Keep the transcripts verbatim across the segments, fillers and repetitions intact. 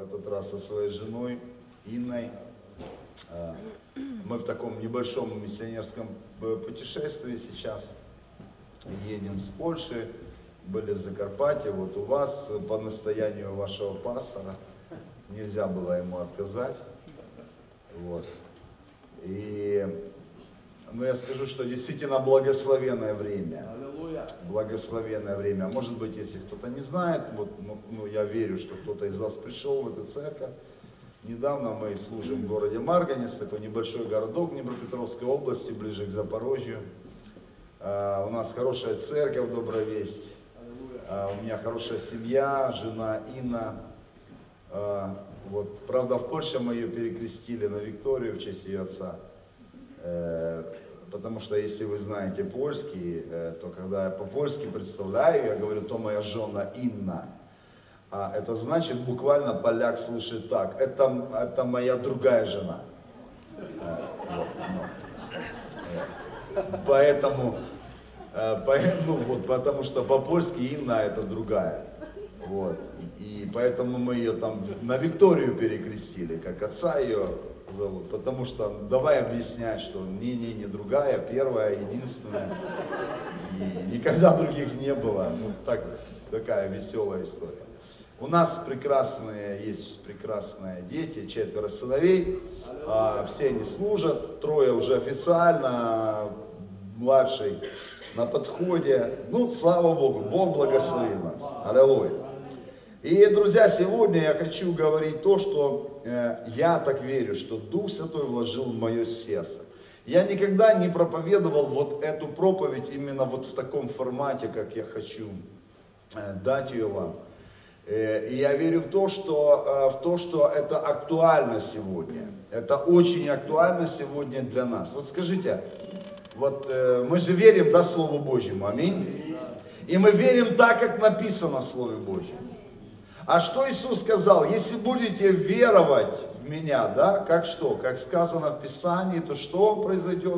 этот раз со своей женой Инной. Мы в таком небольшом миссионерском путешествии сейчас. Едем с Польши, были в Закарпатье. Вот у вас, по настоянию вашего пастора, нельзя было ему отказать. Вот. И, ну, я скажу, что действительно благословенное время. Благословенное время. Может быть, если кто-то не знает, вот, ну, ну, я верю, что кто-то из вас пришел в эту церковь. Недавно мы служим в городе Марганец, такой небольшой городок Днепропетровской области, ближе к Запорожью. Uh, у нас хорошая церковь, Добрая Весть. Uh, у меня хорошая семья, жена Инна. Uh, вот. Правда, в Польше мы ее перекрестили на Викторию в честь ее отца. Uh, потому что, если вы знаете польский, uh, то когда я по-польски представляю, я говорю, то моя жена Инна. А это значит, буквально поляк слышит так, это, это моя другая жена. Uh, вот, ну. uh, поэтому... Ну, вот, потому что по-польски Инна это другая. Вот. И, и поэтому мы ее там на Викторию перекрестили, как отца ее зовут. Потому что давай объяснять, что не-не, не другая, первая, единственная. И никогда других не было. Ну, так, такая веселая история. У нас прекрасные, есть прекрасные дети, четверо сыновей. А, все они служат, трое уже официально, младший на подходе. Ну, слава Богу, Бог благословил нас. Аллилуйя. И, друзья, сегодня я хочу говорить то, что э, я так верю, что Дух Святой вложил в мое сердце. Я никогда не проповедовал вот эту проповедь именно вот в таком формате, как я хочу э, дать ее вам. Э, и я верю в то, что, э, в то, что это актуально сегодня. Это очень актуально сегодня для нас. Вот скажите, вот э, мы же верим, да, Слову Божьему, аминь. И мы верим так, как написано в Слове Божьем. А что Иисус сказал? Если будете веровать в Меня, да, как что? Как сказано в Писании, то что произойдет?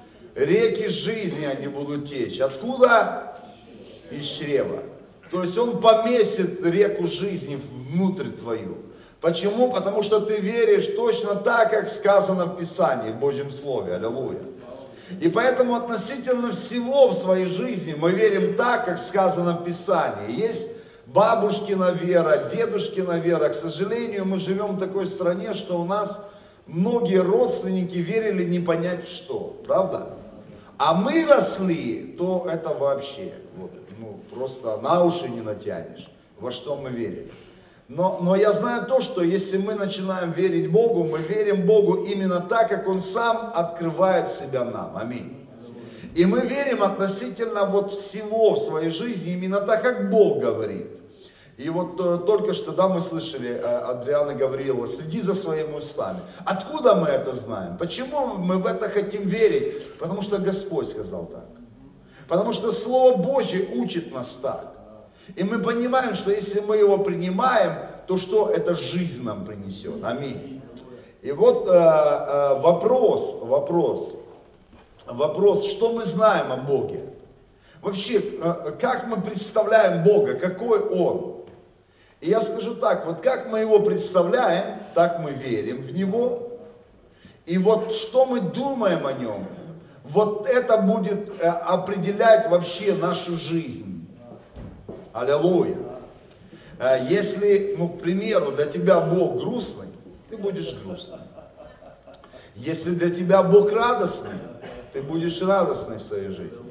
Реки жизни они будут течь. Откуда? Из чрева. То есть Он поместит реку жизни внутрь твою. Почему? Потому что ты веришь точно так, как сказано в Писании, в Божьем Слове. Аллилуйя. И поэтому относительно всего в своей жизни мы верим так, как сказано в Писании. Есть бабушкина вера, дедушкина вера. К сожалению, мы живем в такой стране, что у нас многие родственники верили не понять в что. Правда? А мы росли, то это вообще, вот, ну, просто на уши не натянешь, во что мы верили. Но, но я знаю то, что если мы начинаем верить Богу, мы верим Богу именно так, как Он сам открывает себя нам. Аминь. И мы верим относительно вот всего в своей жизни именно так, как Бог говорит. И вот э, только что, да, мы слышали, э, Адриана говорила, следи за своими устами. Откуда мы это знаем? Почему мы в это хотим верить? Потому что Господь сказал так. Потому что Слово Божье учит нас так. И мы понимаем, что если мы его принимаем, то что это жизнь нам принесет. Аминь. И вот э, э, вопрос, вопрос, вопрос, что мы знаем о Боге? Вообще, э, как мы представляем Бога, какой Он? И я скажу так, вот как мы его представляем, так мы верим в Него. И вот что мы думаем о Нем, вот это будет э, определять вообще нашу жизнь. Аллилуйя. Если, ну, к примеру, для тебя Бог грустный, ты будешь грустным. Если для тебя Бог радостный, ты будешь радостный в своей жизни.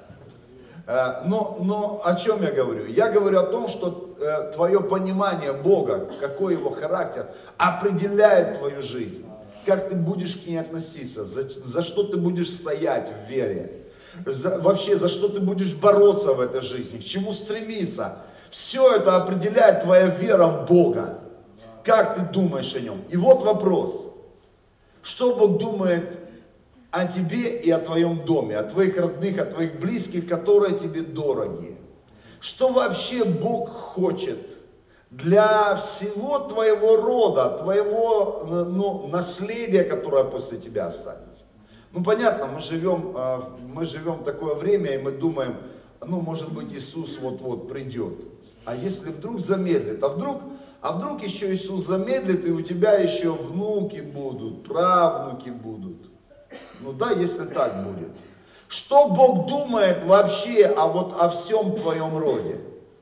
Но, но о чем я говорю? Я говорю о том, что твое понимание Бога, какой Его характер, определяет твою жизнь. Как ты будешь к ней относиться, за, за что ты будешь стоять в вере. За, вообще, за что ты будешь бороться в этой жизни, к чему стремиться. Все это определяет твоя вера в Бога. Как ты думаешь о Нем? И вот вопрос. Что Бог думает о тебе и о твоем доме, о твоих родных, о твоих близких, которые тебе дороги? Что вообще Бог хочет для всего твоего рода, твоего, ну, наследия, которое после тебя останется? Ну, понятно, мы живем, мы живем в такое время, и мы думаем, ну, может быть, Иисус вот-вот придет. А если вдруг замедлит, а вдруг, А вдруг еще Иисус замедлит, и у тебя еще внуки будут, правнуки будут. Ну да, если так будет. Что Бог думает вообще о, вот, о всем твоем роде?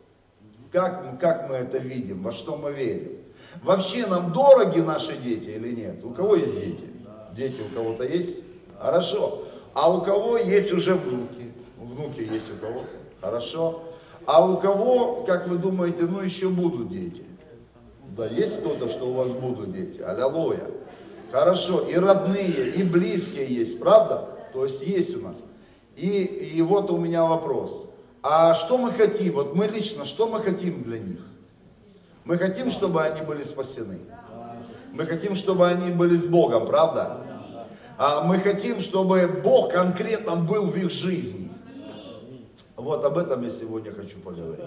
Как, как мы это видим, во что мы верим? Вообще нам дороги наши дети или нет? У кого есть дети? Дети у кого-то есть? Хорошо. А у кого есть уже внуки? Внуки есть у кого? Хорошо. А у кого, как вы думаете, ну еще будут дети? Да, есть кто-то, что у вас будут дети? Аллилуйя. Хорошо. И родные, и близкие есть, правда? То есть есть у нас. И, и вот у меня вопрос. А что мы хотим? Вот мы лично, что мы хотим для них? Мы хотим, чтобы они были спасены. Мы хотим, чтобы они были с Богом, правда? А мы хотим, чтобы Бог конкретно был в их жизни. Вот об этом я сегодня хочу поговорить.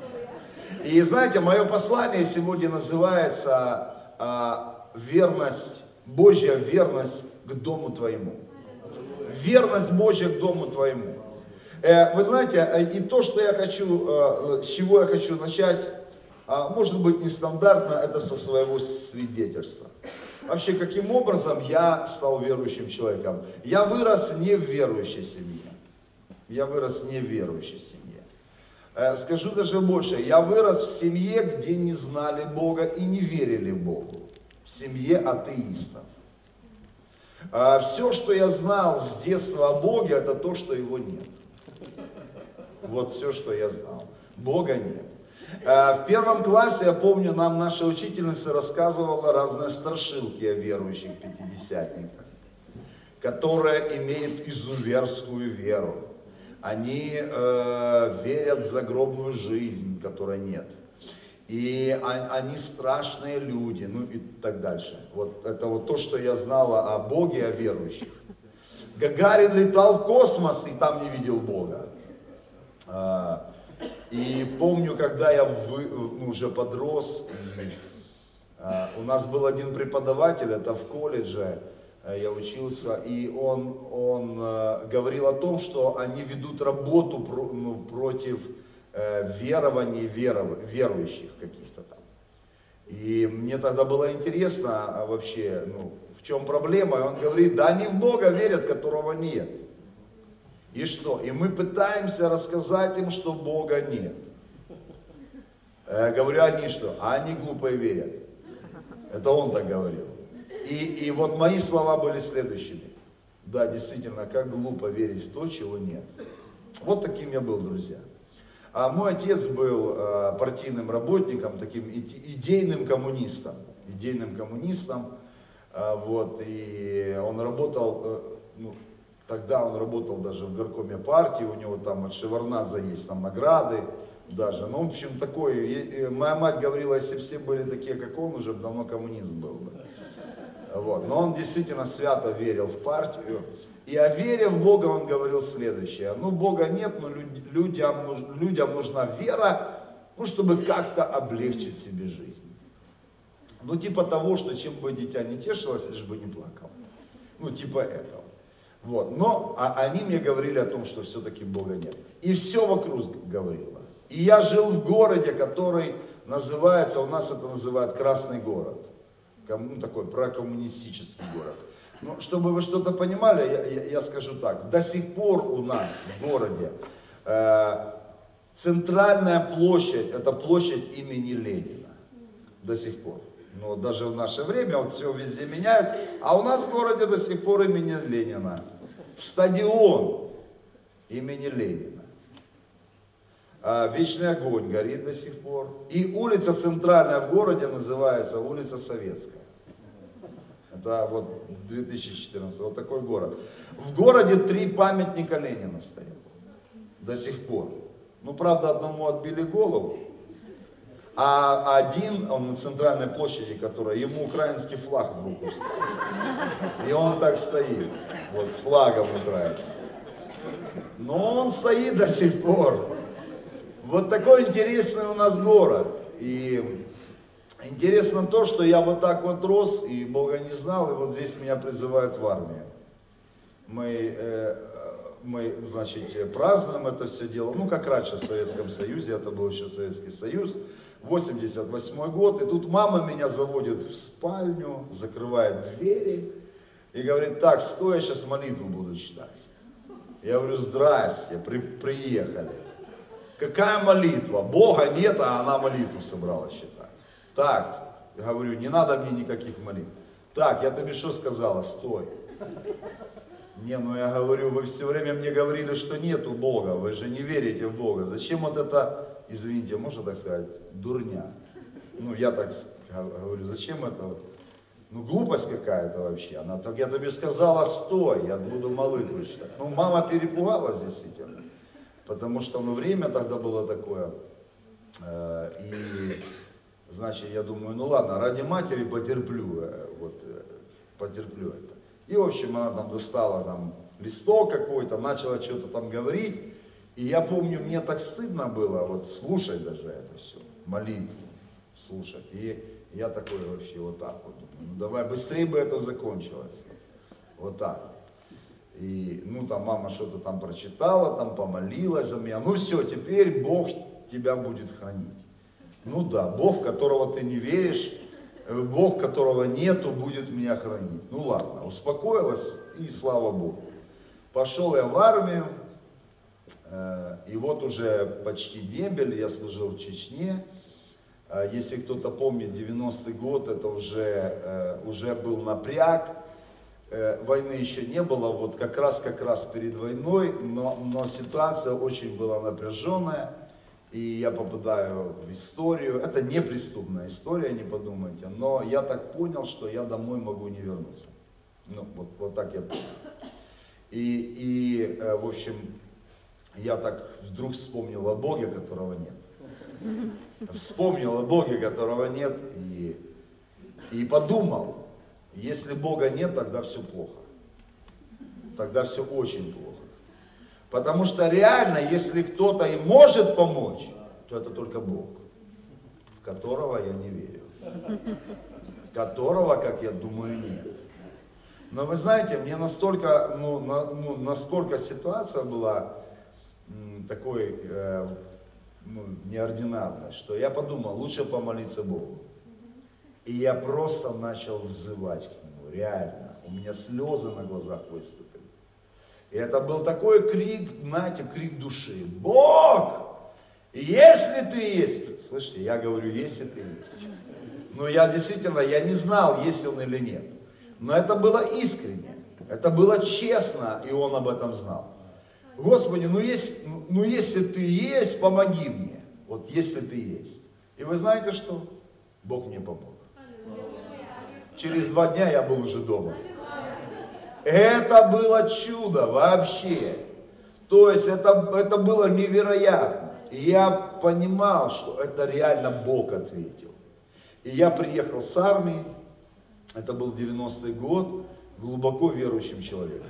И знаете, мое послание сегодня называется а, верность, Божья верность к дому твоему. Верность Божья к дому твоему. Э, вы знаете, и то, что я хочу, э, с чего я хочу начать, э, может быть нестандартно, это со своего свидетельства. Вообще, каким образом я стал верующим человеком? Я вырос не в верующей семье. Я вырос не в верующей семье. Э, скажу даже больше, я вырос в семье, где не знали Бога и не верили Богу. В семье атеистов. Э, все, что я знал с детства о Боге, это то, что его нет. Вот все, что я знал. Бога нет. В первом классе, я помню, нам наша учительница рассказывала разные страшилки о верующих пятидесятниках, которые имеют изуверскую веру. Они э, верят в загробную жизнь, которой нет. И они страшные люди, ну и так дальше. Вот это вот то, что я знала о Боге, о верующих. Гагарин летал в космос и там не видел Бога. И помню, когда я вы, ну, уже подрос, у нас был один преподаватель, это в колледже я учился, и он, он говорил о том, что они ведут работу ну, против верований веров, верующих каких-то там. И мне тогда было интересно вообще, ну, в чем проблема, и он говорит, да они в Бога верят, которого нет. И что? И мы пытаемся рассказать им, что Бога нет. Я говорю, они что? А они глупо верят. Это он так говорил. И, и вот мои слова были следующими. Да, действительно, как глупо верить в то, чего нет. Вот таким я был, друзья. А мой отец был а, партийным работником, таким идейным коммунистом. Идейным коммунистом. А, вот, и он работал... А, ну, Тогда он работал даже в горкоме партии, у него там от Шеварнадзе есть там награды даже. Ну, в общем, такой, моя мать говорила, если бы все были такие, как он, уже давно коммунист был бы. Вот. Но он действительно свято верил в партию. И о вере в Бога он говорил следующее. Ну, Бога нет, но людям, людям нужна вера, ну, чтобы как-то облегчить себе жизнь. Ну, типа того, что чем бы дитя не тешилось, лишь бы не плакал. Ну, типа этого. Вот. Но а, они мне говорили о том, что все-таки Бога нет. И все вокруг говорило. И я жил в городе, который называется, у нас это называют Красный город. Ну, такой прокоммунистический город. Ну, чтобы вы что-то понимали, я, я, я скажу так. До сих пор у нас в городе э, центральная площадь, это площадь имени Ленина. До сих пор. Но даже в наше время вот все везде меняют. А у нас в городе до сих пор имени Ленина. Стадион имени Ленина. А Вечный огонь горит до сих пор. И улица центральная в городе называется улица Советская. Это вот две тысячи четырнадцатый, вот такой город. В городе три памятника Ленина стоят. До сих пор. Ну, правда, одному отбили голову. А один, он на центральной площади, которая, ему украинский флаг в руку вставил. И он так стоит, вот с флагом украинским. Но он стоит до сих пор. Вот такой интересный у нас город. И интересно то, что я вот так вот рос, и Бога не знал, и вот здесь меня призывают в армию. Мы, э, мы, значит, празднуем это все дело, ну, как раньше в Советском Союзе, это был еще Советский Союз. восемьдесят восьмой год, и тут мама меня заводит в спальню, закрывает двери и говорит: так, стой, я сейчас молитву буду читать. Я говорю: здрасте, при, приехали. Какая молитва? Бога нет, а она молитву собралась читать. Так, я говорю, не надо мне никаких молитв. Так, я тебе что сказала? Стой. Не, ну я говорю, вы все время мне говорили, что нету Бога, вы же не верите в Бога. Зачем вот это, извините, можно так сказать, дурня? Ну я так говорю, зачем это? Ну глупость какая-то вообще. Она так, я тебе сказала, стой, я буду молитву читать. Ну мама перепугалась действительно, потому что ну время тогда было такое. Э, и значит я думаю, ну ладно, ради матери потерплю, э, вот, э, потерплю это. И, в общем, она там достала там листок какой-то, начала что-то там говорить. И я помню, мне так стыдно было вот слушать даже это все, молитву слушать. И я такой вообще вот так вот думаю, ну давай быстрее бы это закончилось. Вот так. И, ну, там мама что-то там прочитала, там помолилась за меня. Ну все, теперь Бог тебя будет хранить. Ну да, Бог, в которого ты не веришь, Бог, которого нету, будет меня хранить. Ну ладно, успокоилась, и слава Богу. Пошел я в армию, и вот уже почти дембель, я служил в Чечне. Если кто-то помнит, девяностый год, это уже, уже был напряг, войны еще не было, вот как раз, как раз перед войной, но, но ситуация очень была напряженная. И я попадаю в историю, это не преступная история, не подумайте, но я так понял, что я домой могу не вернуться. Ну, вот, вот так я понял. И, и, в общем, я так вдруг вспомнил о Боге, которого нет. Вспомнил о Боге, которого нет, и, и подумал, если Бога нет, тогда все плохо. Тогда все очень плохо. Потому что реально, если кто-то и может помочь, то это только Бог, в которого я не верю. Которого, как я думаю, нет. Но вы знаете, мне настолько, ну, на, ну насколько ситуация была м, такой э, ну, неординарной, что я подумал, лучше помолиться Богу. И я просто начал взывать к Нему, реально. У меня слезы на глазах выступили. И это был такой крик, знаете, крик души. Бог, если ты есть, слышите, я говорю, если ты есть. Но я действительно, я не знал, есть он или нет. Но это было искренне, это было честно, и он об этом знал. Господи, ну, есть, ну если ты есть, помоги мне. Вот если ты есть. И вы знаете что? Бог мне помог. Через два дня я был уже дома. Это было чудо вообще. То есть это, это было невероятно. И я понимал, что это реально Бог ответил. И я приехал с армии, это был девяностый год, глубоко верующим человеком.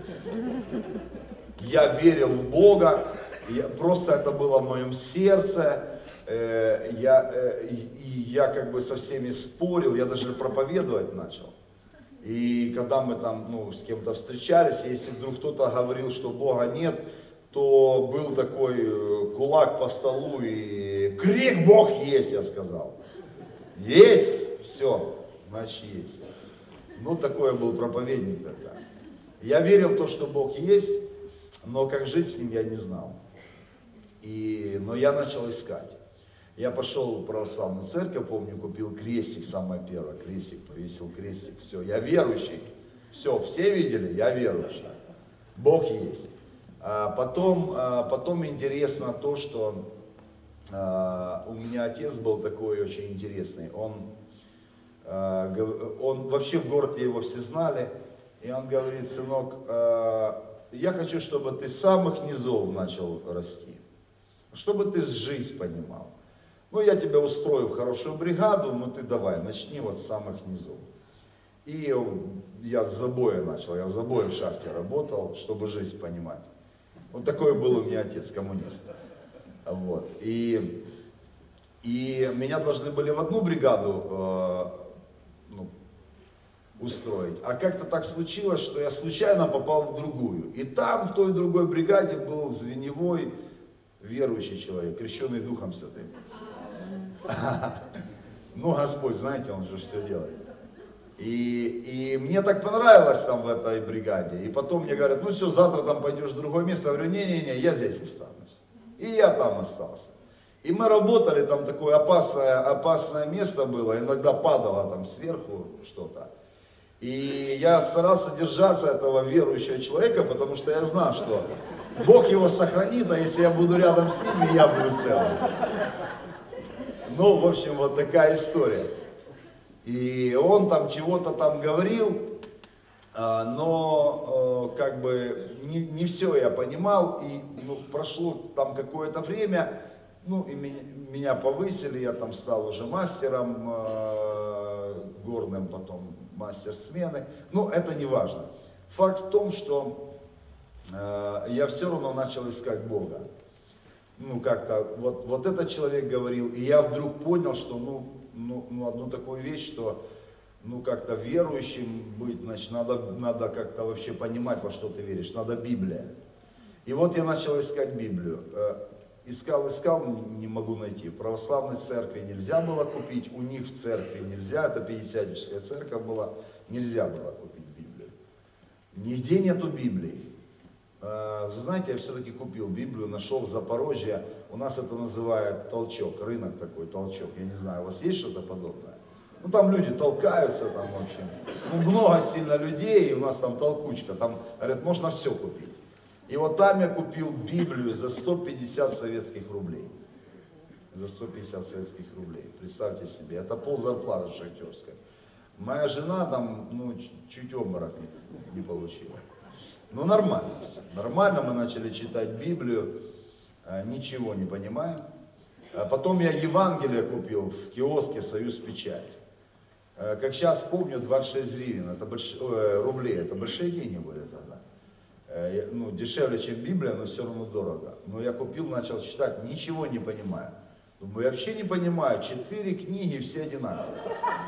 Я верил в Бога, я, просто это было в моем сердце. Э, я, э, и я как бы со всеми спорил, я даже проповедовать начал. И когда мы там ну, с кем-то встречались, если вдруг кто-то говорил, что Бога нет, то был такой кулак по столу и крик: Бог есть, я сказал. Есть, все, значит есть. Ну такой был проповедник тогда. Я верил в то, что Бог есть, но как жить с ним я не знал. И, но я начал искать. Я пошел в православную церковь, помню, купил крестик, самое первое, крестик, повесил крестик, все, я верующий, все, все видели, я верующий, Бог есть. А потом, а потом интересно то, что а, у меня отец был такой очень интересный, он, а, он вообще в городе его все знали, и он говорит: сынок, а, я хочу, чтобы ты с самых низов начал расти, чтобы ты жизнь понимал. Ну, я тебя устрою в хорошую бригаду, но ты давай, начни вот с самых низов. И я с забоя начал, я в забое в шахте работал, чтобы жизнь понимать. Вот такой был у меня отец, коммунист. Вот. И, и меня должны были в одну бригаду э, ну, устроить. А как-то так случилось, что я случайно попал в другую. И там, в той другой бригаде, был звеневой верующий человек, крещенный Духом Святым. Ну, Господь, знаете, Он же все делает. И, и мне так понравилось там в этой бригаде. И потом мне говорят, ну все, завтра там пойдешь в другое место. Я говорю, не-не-не, я здесь останусь. И я там остался. И мы работали, там такое опасное, опасное место было, иногда падало там сверху что-то. И я старался держаться этого верующего человека, потому что я знал, что Бог его сохранит, а если я буду рядом с ним, я буду целым. Ну, в общем, вот такая история. И он там чего-то там говорил, но как бы не, не все я понимал, и ну, прошло там какое-то время, ну и меня, меня повысили, я там стал уже мастером горным, потом мастер смены, но это не важно. Факт в том, что я все равно начал искать Бога. Ну как-то, вот, вот этот человек говорил, и я вдруг понял, что ну, ну, ну одну такую вещь, что ну как-то верующим быть, значит, надо, надо как-то вообще понимать, во что ты веришь, надо Библия. И вот я начал искать Библию. Искал, искал, не могу найти. В православной церкви нельзя было купить, у них в церкви нельзя, это пятидесятническая церковь была, нельзя было купить Библию. Нигде нету Библии. Вы знаете, я все-таки купил Библию, нашел в Запорожье, у нас это называют толчок, рынок такой, толчок, я не знаю, у вас есть что-то подобное? Ну там люди толкаются, там в общем, ну много сильно людей, и у нас там толкучка, там, говорят, можно все купить. И вот там я купил Библию за сто пятьдесят советских рублей, за сто пятьдесят советских рублей, представьте себе, это пол зарплаты шахтерской. Моя жена там, ну, чуть обморок не, не получила. Ну нормально все, нормально, мы начали читать Библию, ничего не понимаем. Потом я Евангелие купил в киоске «Союз Печать». Как сейчас помню, двадцать шесть гривен, это больш... Ой, рублей, это большие деньги были тогда. Ну, дешевле, чем Библия, но все равно дорого. Но я купил, начал читать, ничего не понимаю. Думаю, я вообще не понимаю, четыре книги, все одинаковые.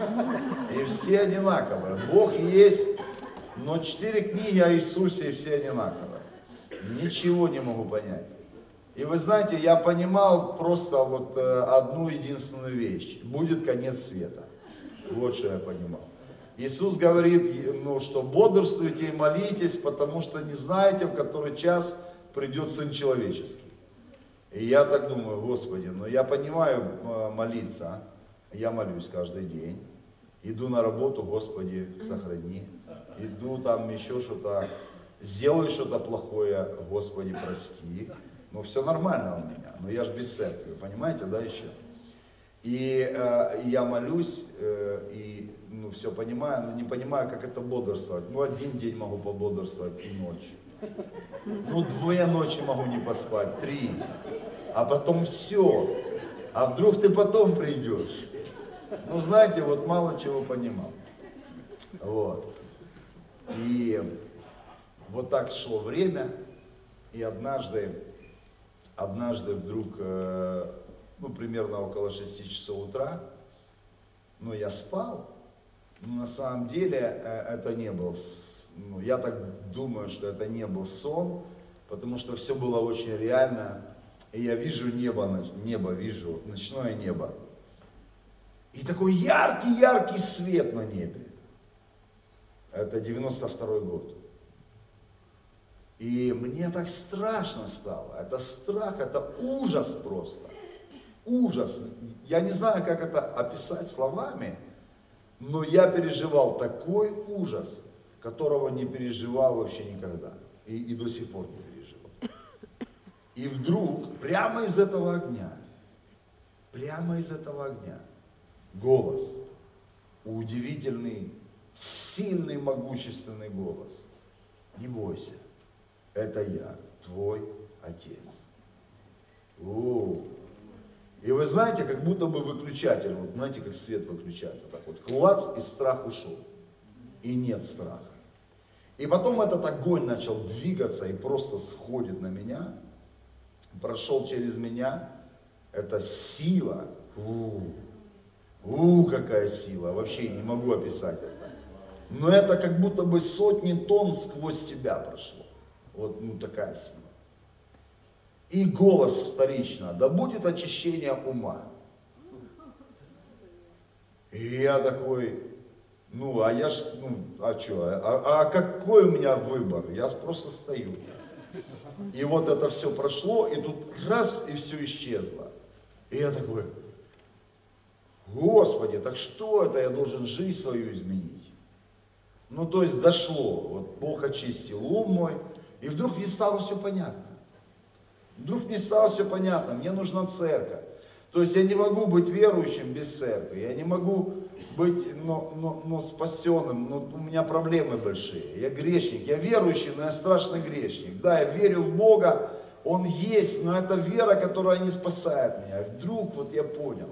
И все одинаковые. Бог есть. Но четыре книги о Иисусе и все одинаковые. Ничего не могу понять. И вы знаете, я понимал просто вот одну единственную вещь. Будет конец света. Вот что я понимал. Иисус говорит, ну, что бодрствуйте и молитесь, потому что не знаете, в который час придет Сын Человеческий. И я так думаю, Господи, ну я понимаю молиться. Я молюсь каждый день. Иду на работу, Господи, сохрани. Иду там еще что-то, сделаю что-то плохое, Господи, прости. Ну, все нормально у меня, но я же без церкви, понимаете, да, еще. И э, я молюсь, э, и ну, все понимаю, но не понимаю, как это бодрствовать. Ну, один день могу пободрствовать и ночь. Ну, две ночи могу не поспать, три. А потом все. А вдруг ты потом придешь? Ну, знаете, вот мало чего понимал. Вот. И вот так шло время, и однажды, однажды вдруг, ну, примерно около шести часов утра, ну, я спал, но на самом деле это не был, ну, я так думаю, что это не был сон, потому что все было очень реально, и я вижу небо, небо вижу, ночное небо, и такой яркий-яркий свет на небе. Это девяносто второй год. И мне так страшно стало. Это страх, это ужас просто. Ужас. Я не знаю, как это описать словами, но я переживал такой ужас, которого не переживал вообще никогда. И, и до сих пор не переживал. И вдруг, прямо из этого огня, прямо из этого огня, голос, удивительный, сильный, могущественный голос. Не бойся, это я, твой Отец. О, и вы знаете, как будто бы выключатель, вот знаете, как свет выключатель, вот так вот, клац, и страх ушел. И нет страха. И потом этот огонь начал двигаться и просто сходит на меня, прошел через меня, это сила, у, у, какая сила, вообще не могу описать это. Но это как будто бы сотни тонн сквозь тебя прошло. Вот, ну, такая сила. И голос вторично, да будет очищение ума. И я такой, ну, а я ж, ну, а что, а, а какой у меня выбор? Я просто стою. И вот это все прошло, и тут раз, и все исчезло. И я такой, Господи, так что это, я должен жизнь свою изменить? Ну, то есть дошло, вот Бог очистил ум мой, и вдруг мне стало все понятно. Вдруг мне стало все понятно, мне нужна церковь. То есть я не могу быть верующим без церкви, я не могу быть но, но, но спасенным, но у меня проблемы большие. Я грешник, я верующий, но я страшный грешник. Да, я верю в Бога, Он есть, но это вера, которая не спасает меня. И вдруг вот я понял.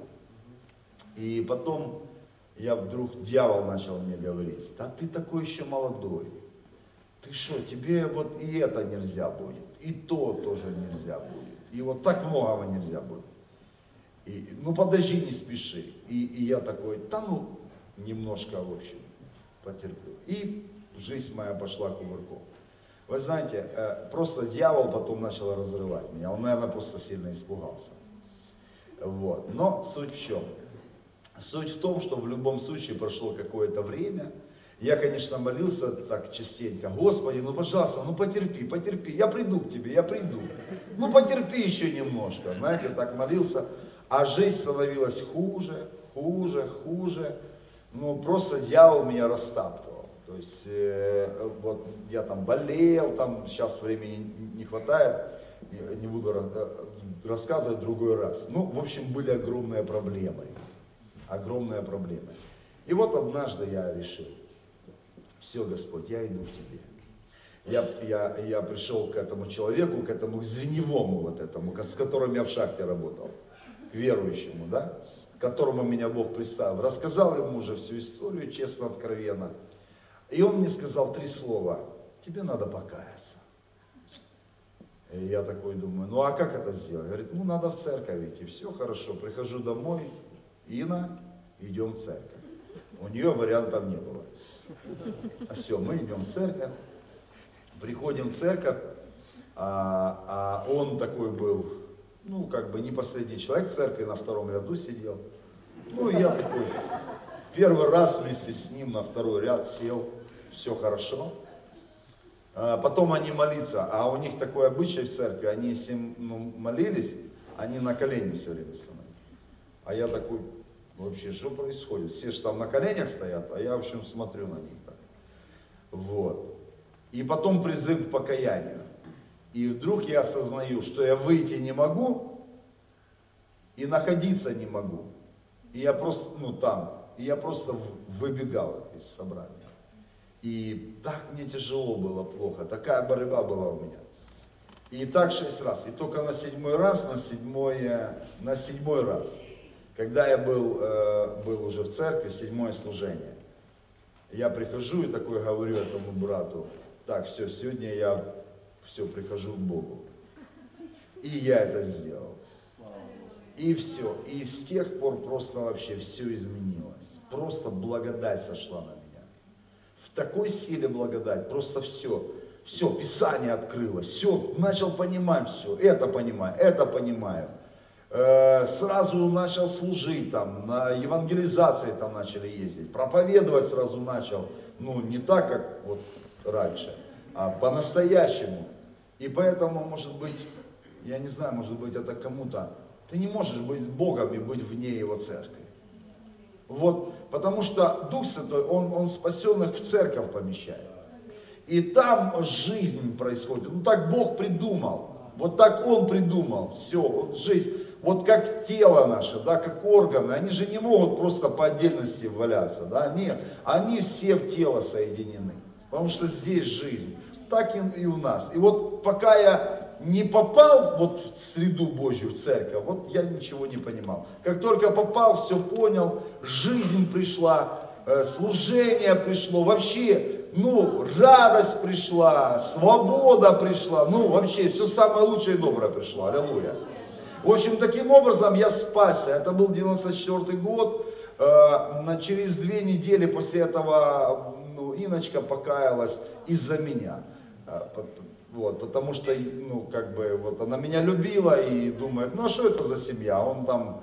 И потом я вдруг, дьявол начал мне говорить, да ты такой еще молодой. Ты что, тебе вот и это нельзя будет, и то тоже нельзя будет, и вот так многого нельзя будет. И, ну подожди, не спеши. И, и я такой, да ну, немножко, в общем, потерплю. И жизнь моя пошла кувырком. Вы знаете, просто дьявол потом начал разрывать меня. Он, наверное, просто сильно испугался. Вот. Но суть в чем? Суть в том, что в любом случае прошло какое-то время. Я, конечно, молился так частенько. Господи, ну пожалуйста, ну потерпи, потерпи. Я приду к тебе, я приду. Ну потерпи еще немножко. Знаете, так молился. А жизнь становилась хуже, хуже, хуже. Ну, просто дьявол меня растаптывал. То есть, э, вот я там болел, там сейчас времени не хватает, не буду рассказывать в другой раз. Ну, в общем, были огромные проблемы. Огромные проблемы. И вот однажды я решил, все, Господь, я иду к тебе. Я, я, я пришел к этому человеку, к этому звеневому вот этому, с которым я в шахте работал. К верующему, да, к которому меня Бог представил. Рассказал ему уже всю историю, честно, откровенно. И он мне сказал три слова. Тебе надо покаяться. И я такой думаю, ну а как это сделать? Говорит, ну надо в церковь идти. Все хорошо, прихожу домой, Ина, идем в церковь. У нее вариантов не было. А все, мы идем в церковь. Приходим в церковь, а, а он такой был, ну, как бы не последний человек в церкви, на втором ряду сидел. Ну, и я такой, первый раз вместе с ним на второй ряд сел, все хорошо. А потом они молятся, а у них такой обычай в церкви, они если ну, молились, они на колени все время становились. А я такой, вообще, что происходит? Все же там на коленях стоят, а я, в общем, смотрю на них так. Вот. И потом призыв к покаянию. И вдруг я осознаю, что я выйти не могу и находиться не могу. И я просто, ну там, и я просто выбегал из собрания. И так мне тяжело было, плохо, такая борьба была у меня. И так шесть раз. И только на седьмой раз, на седьмой, на седьмой раз, когда я был, э, был уже в церкви, седьмое служение, я прихожу и такой говорю этому брату, так, все, сегодня я все, прихожу к Богу. И я это сделал. И все. И с тех пор просто вообще все изменилось. Просто благодать сошла на меня. В такой силе благодать, просто все. Все, Писание открылось, все, начал понимать все. Это понимаю, это понимаю. Э, сразу начал служить там, на евангелизации там начали ездить. Проповедовать сразу начал. Ну, не так, как вот раньше, а по-настоящему. И поэтому, может быть, я не знаю, может быть, это кому-то, ты не можешь быть с Богом и быть вне Его церкви. Вот, потому что Дух Святой, Он, он спасенных в церковь помещает. И там жизнь происходит. Ну так Бог придумал. Вот так Он придумал. Все, вот жизнь. Вот как тело наше, да, как органы, они же не могут просто по отдельности валяться. Да? Нет, они все в тело соединены. Потому что здесь жизнь. Так и у нас. И вот пока я не попал вот в среду Божью, в церковь, вот я ничего не понимал. Как только попал, все понял, жизнь пришла, служение пришло, вообще, ну, радость пришла, свобода пришла, ну, вообще, все самое лучшее и доброе пришло, аллилуйя. В общем, таким образом я спасся. Это был девяносто четвёртый год, через две недели после этого, ну, Иночка покаялась из-за меня. Вот, потому что, ну, как бы, вот она меня любила и думает, ну, а что это за семья? Он там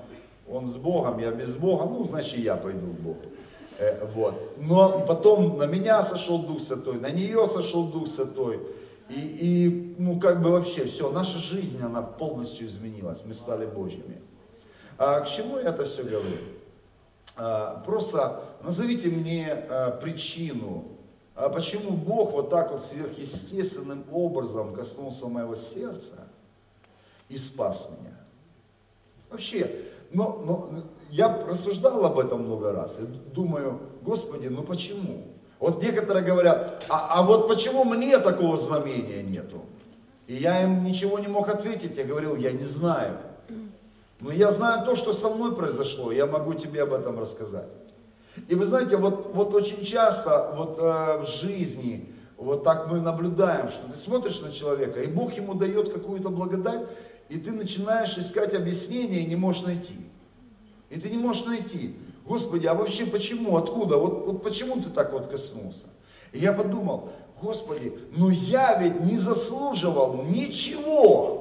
Он с Богом, я без Бога, ну, значит, я пойду к Богу. Э, вот. Но потом на меня сошел Дух Святой, на нее сошел Дух Святой. И, и, ну, как бы вообще все, наша жизнь, она полностью изменилась, мы стали Божьими. А к чему я это все говорю? А, просто назовите мне а, причину, а почему Бог вот так вот сверхъестественным образом коснулся моего сердца и спас меня. Вообще, но, но я рассуждал об этом много раз и думаю, Господи, ну почему? Вот некоторые говорят, а, а вот почему мне такого знамения нету? И я им ничего не мог ответить, я говорил, я не знаю. Но я знаю то, что со мной произошло, я могу тебе об этом рассказать. И вы знаете, вот, вот очень часто вот, э, в жизни вот так мы наблюдаем, что ты смотришь на человека, и Бог ему дает какую-то благодать, и ты начинаешь искать объяснение и не можешь найти. И ты не можешь найти. Господи, а вообще почему, откуда, вот, вот почему ты так вот коснулся? И я подумал, Господи, ну я ведь не заслуживал ничего.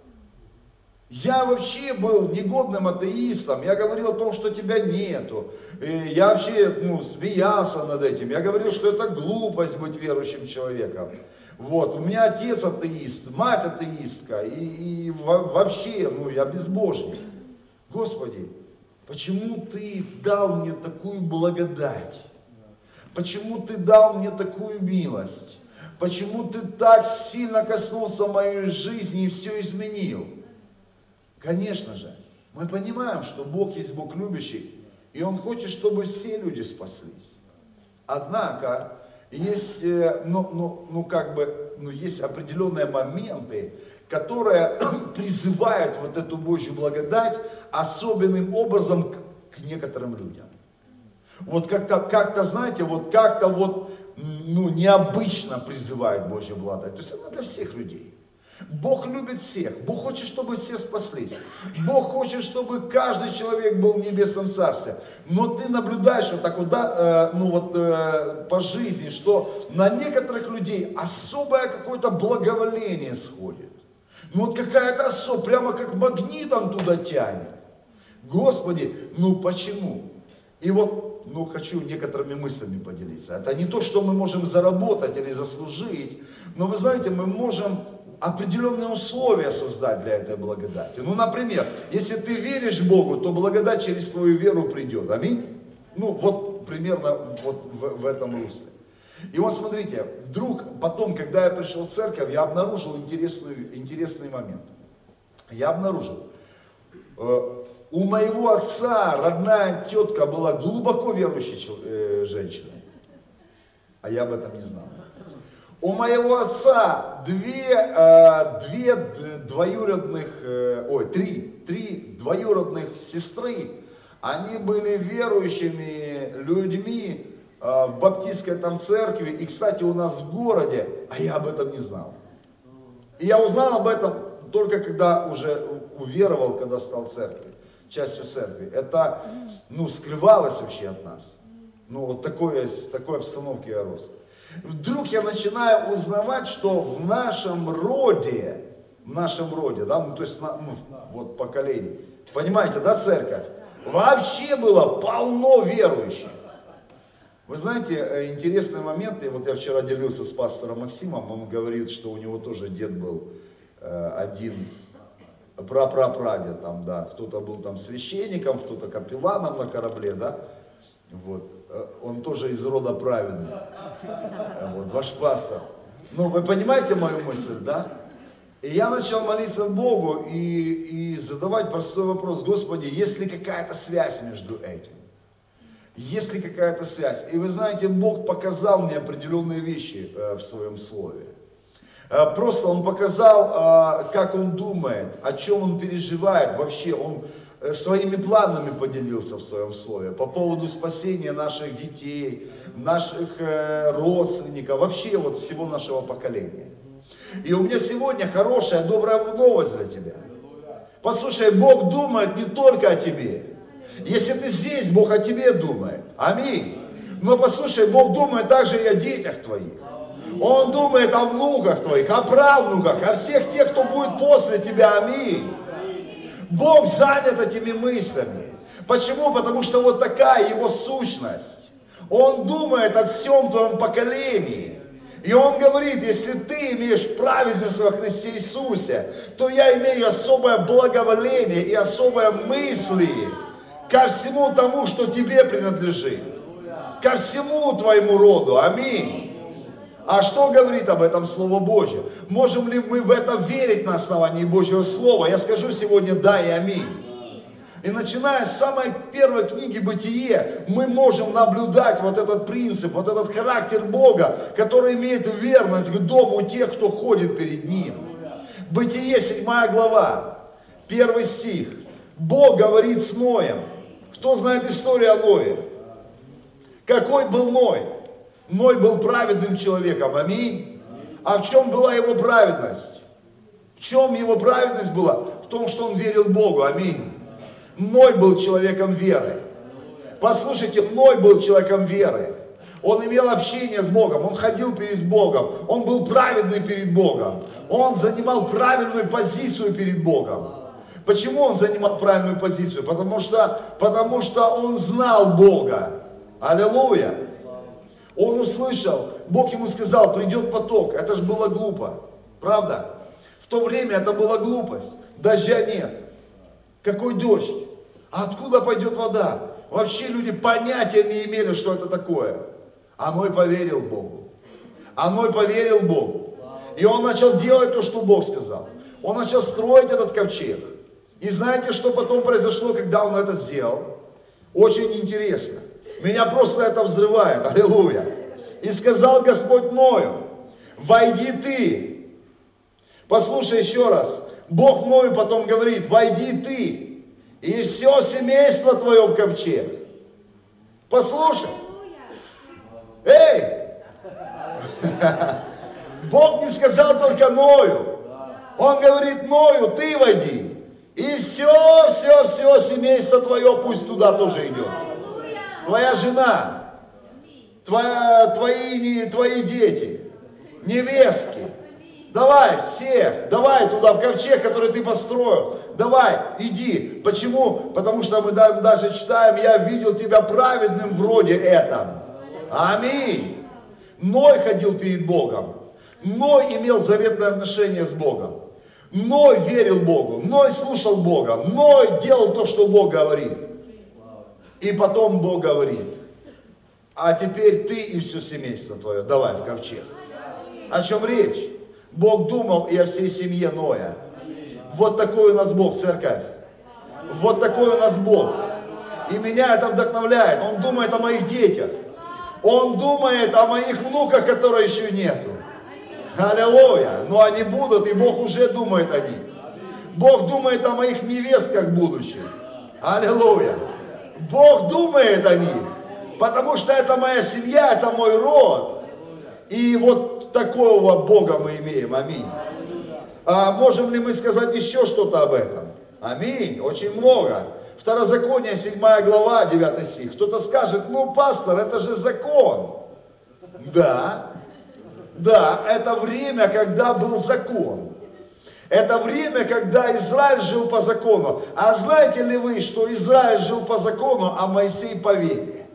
Я вообще был негодным атеистом, я говорил о том, что тебя нету. И я вообще ну, смеялся над этим, я говорил, что это глупость быть верующим человеком. Вот, у меня отец атеист, мать атеистка, и, и вообще, ну я безбожник. Господи, почему ты дал мне такую благодать? Почему ты дал мне такую милость? Почему ты так сильно коснулся моей жизни и все изменил? Конечно же, мы понимаем, что Бог есть Бог любящий, и Он хочет, чтобы все люди спаслись. Однако, есть, ну, ну, ну, как бы, ну, есть определенные моменты, которые призывают вот эту Божью благодать особенным образом к, к некоторым людям. Вот как-то, как-то, знаете, вот как-то вот, ну, необычно призывает Божья благодать. То есть она для всех людей. Бог любит всех. Бог хочет, чтобы все спаслись. Бог хочет, чтобы каждый человек был в небесном царстве. Но ты наблюдаешь вот так вот, да, э, ну вот э, по жизни, что на некоторых людей особое какое-то благоволение сходит. Ну вот какая-то особа, прямо как магнитом туда тянет. Господи, ну почему? И вот, ну хочу некоторыми мыслями поделиться. Это не то, что мы можем заработать или заслужить, но вы знаете, мы можем определенные условия создать для этой благодати. Ну, например, если ты веришь Богу, то благодать через твою веру придет. Аминь? Ну, вот примерно вот в, в этом русле. И вот смотрите, вдруг потом, когда я пришел в церковь, я обнаружил интересную, интересный момент. Я обнаружил, э, у моего отца родная тетка была глубоко верующей э, женщиной, а я об этом не знал. У моего отца две, э, две двоюродных, э, ой, три, три двоюродных сестры, они были верующими людьми э, в баптистской там церкви, и, кстати, у нас в городе, а я об этом не знал. И я узнал об этом только когда уже уверовал, когда стал церковью, частью церкви. Это, ну, скрывалось вообще от нас. Ну, вот такой, с такой обстановки я рос. Вдруг я начинаю узнавать, что в нашем роде, в нашем роде, да, ну то есть, на, ну, вот поколение, понимаете, да, церковь, вообще было полно верующих. Вы знаете, интересный момент, и вот я вчера делился с пастором Максимом, он говорит, что у него тоже дед был э, один прапрапрадед, там, да, кто-то был там священником, кто-то капелланом на корабле, да, вот. Он тоже из рода праведный, вот, ваш пастор. Ну, вы понимаете мою мысль, да? И я начал молиться Богу и, и задавать простой вопрос: Господи, есть ли какая-то связь между этим? Есть ли какая-то связь? И вы знаете, Бог показал мне определенные вещи э, в своем слове. Э, просто Он показал, э, как Он думает, о чем Он переживает. Вообще, Он своими планами поделился в своем слове по поводу спасения наших детей, наших э, родственников, вообще вот всего нашего поколения. И у меня сегодня хорошая, добрая новость для тебя. Послушай, Бог думает не только о тебе. Если ты здесь, Бог о тебе думает. Аминь. Но послушай, Бог думает также и о детях твоих. Он думает о внуках твоих, о правнуках, о всех тех, кто будет после тебя. Аминь. Бог занят этими мыслями. Почему? Потому что вот такая его сущность. Он думает о всем твоем поколении. И он говорит, если ты имеешь праведность во Христе Иисусе, то я имею особое благоволение и особые мысли ко всему тому, что тебе принадлежит. Ко всему твоему роду. Аминь. А что говорит об этом Слово Божье? Можем ли мы в это верить на основании Божьего Слова? Я скажу сегодня да и аминь. И начиная с самой первой книги «Бытие», мы можем наблюдать вот этот принцип, вот этот характер Бога, который имеет верность к дому тех, кто ходит перед Ним. Бытие, седьмая глава, первый стих. Бог говорит с Ноем. Кто знает историю о Ное? Какой был Ной? Ной был праведным человеком, аминь. А в чем была его праведность? В чем его праведность была? В том, что он верил Богу, аминь. Ной был человеком веры. Послушайте, Ной был человеком веры. Он имел общение с Богом, он ходил перед Богом, он был праведный перед Богом. Он занимал правильную позицию перед Богом. Почему он занимал правильную позицию? Потому что, потому что он знал Бога. Аллилуйя. Он услышал, Бог ему сказал, придет поток. Это же было глупо. Правда? В то время это была глупость. Дождя нет. Какой дождь? А откуда пойдет вода? Вообще люди понятия не имели, что это такое. А Ной поверил Богу. А Ной поверил Богу. И он начал делать то, что Бог сказал. Он начал строить этот ковчег. И знаете, что потом произошло, когда он это сделал? Очень интересно. Меня просто это взрывает. Аллилуйя. И сказал Господь Ною, войди ты. Послушай еще раз. Бог Ною потом говорит, войди ты. И все семейство твое в ковчег. Послушай. Эй! Бог не сказал только Ною. Он говорит Ною, ты войди. И все, все, все семейство твое пусть туда тоже идет. Твоя жена, твоя, твои, твои дети, невестки. Давай всех, давай туда в ковчег, который ты построил. Давай, иди. Почему? Потому что мы даже читаем, я видел тебя праведным вроде этом. Аминь. Ной ходил перед Богом. Ной имел заветное отношение с Богом. Ной верил Богу. Ной слушал Бога. Ной делал то, что Бог говорит. И потом Бог говорит, а теперь ты и все семейство твое, давай в ковчег. О чем речь? Бог думал и о всей семье Ноя. Вот такой у нас Бог, церковь. Вот такой у нас Бог. И меня это вдохновляет. Он думает о моих детях. Он думает о моих внуках, которые еще нету. Аллилуйя. Но они будут, и Бог уже думает о них. Бог думает о моих невестках будущих. Аллилуйя. Бог думает о них. Потому что это моя семья, это мой род. И вот такого Бога мы имеем. Аминь. А можем ли мы сказать еще что-то об этом? Аминь. Очень много. Второзаконие, седьмая глава, девятый стих. Кто-то скажет, ну, пастор, это же закон. Да. Да, это время, когда был закон. Это время, когда Израиль жил по закону. А знаете ли вы, что Израиль жил по закону, а Моисей по вере?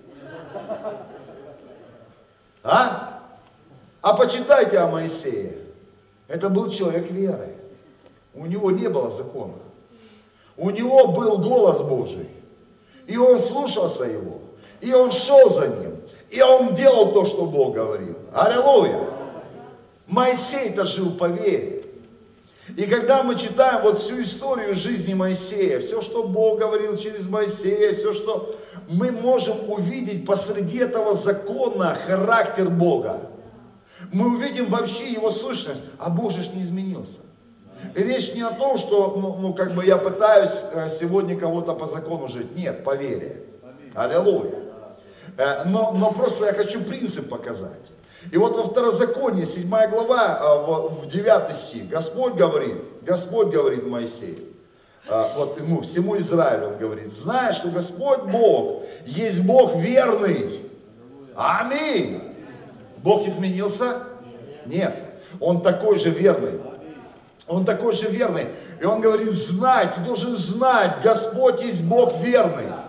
А? А почитайте о Моисее. Это был человек веры. У него не было закона. У него был голос Божий. И он слушался его. И он шел за ним. И он делал то, что Бог говорил. Аллилуйя. Моисей-то жил по вере. И когда мы читаем вот всю историю жизни Моисея, все, что Бог говорил через Моисея, все, что мы можем увидеть посреди этого закона характер Бога. Мы увидим вообще его сущность, а Бог же не изменился. И речь не о том, что ну, ну, как бы я пытаюсь сегодня кого-то по закону жить. Нет, по вере. Аллилуйя. Но, но просто я хочу принцип показать. И вот во Второзаконии, седьмая глава, в девятый стих, Господь говорит, Господь говорит Моисею, вот, ну, всему Израилю он говорит, зная, что Господь Бог есть Бог верный. Аминь. Бог изменился? Нет. Он такой же верный. Он такой же верный. И он говорит, знай, ты должен знать, Господь есть Бог верный.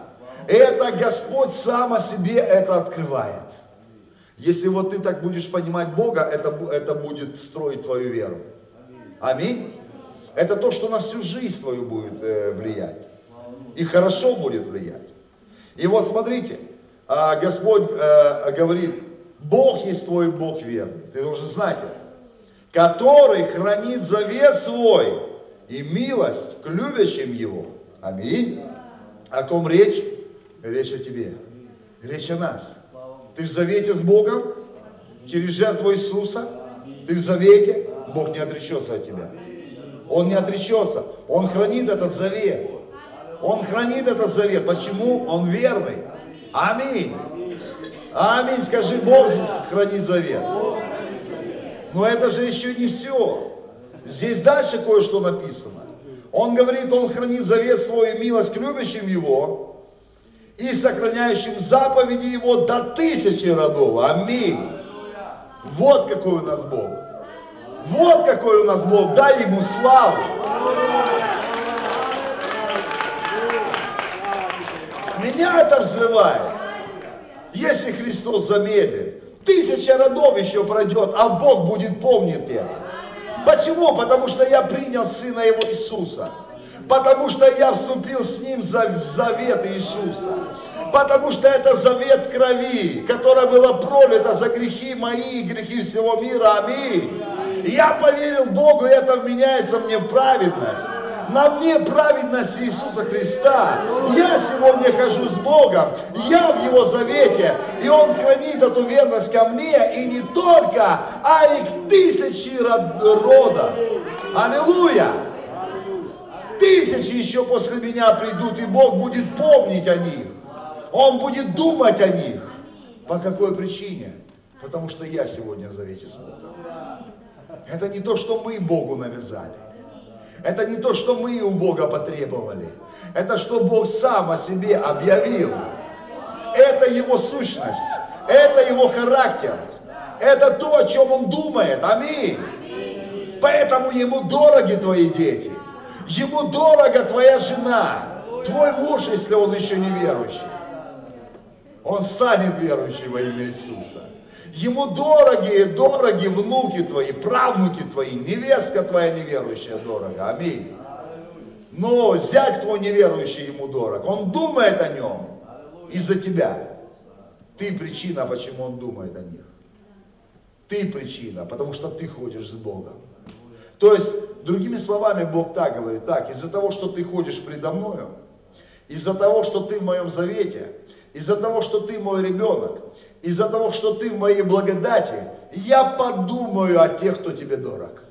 Это Господь сам о себе это открывает. Если вот ты так будешь понимать Бога, это, это будет строить твою веру. Аминь. Это то, что на всю жизнь твою будет э, влиять. И хорошо будет влиять. И вот смотрите, э, Господь э, говорит, Бог есть твой Бог верный. Ты должен знать это. Который хранит завет свой и милость к любящим его. Аминь. О ком речь? Речь о тебе. Речь о нас. Ты в завете с Богом? Через жертву Иисуса? Ты в завете? Бог не отречется от тебя. Он не отречется. Он хранит этот завет. Он хранит этот завет. Почему? Он верный. Аминь. Аминь. Скажи, Бог хранит завет. Но это же еще не все. Здесь дальше кое-что написано. Он говорит, он хранит завет свой и милость к любящим его и сохраняющим заповеди его до тысячи родов. Аминь. Вот какой у нас Бог. Вот какой у нас Бог. Дай ему славу. Меня это взрывает. Если Христос замедлит, тысяча родов еще пройдет, а Бог будет помнить это. Почему? Потому что я принял Сына Его Иисуса. Потому что я вступил с Ним в завет Иисуса. Потому что это завет крови, которая была пролита за грехи мои и грехи всего мира. Аминь. Я поверил Богу, и это вменяется мне в праведность. На мне праведность Иисуса Христа. Я сегодня хожу с Богом, я в Его завете, и Он хранит эту верность ко мне, и не только, а и к тысячи рода. Аллилуйя! Тысячи еще после меня придут, и Бог будет помнить о них. Он будет думать о них. По какой причине? Потому что я сегодня в завете с Богом. Это не то, что мы Богу навязали. Это не то, что мы у Бога потребовали. Это что Бог сам о себе объявил. Это Его сущность. Это Его характер. Это то, о чем Он думает. Аминь. Поэтому Ему дороги твои дети. Ему дорога твоя жена. Твой муж, если он еще не верующий. Он станет верующим во имя Иисуса. Ему дороги, дороги внуки твои, правнуки твои, невестка твоя неверующая дорого. Аминь. Но зять твой неверующий ему дорог. Он думает о нем из-за тебя. Ты причина, почему он думает о них. Ты причина, потому что ты ходишь с Богом. То есть, другими словами, Бог так говорит, так, из-за того, что ты ходишь предо мною, из-за того, что ты в моем завете, из-за того, что ты мой ребенок, из-за того, что ты в моей благодати, я подумаю о тех, кто тебе дорог.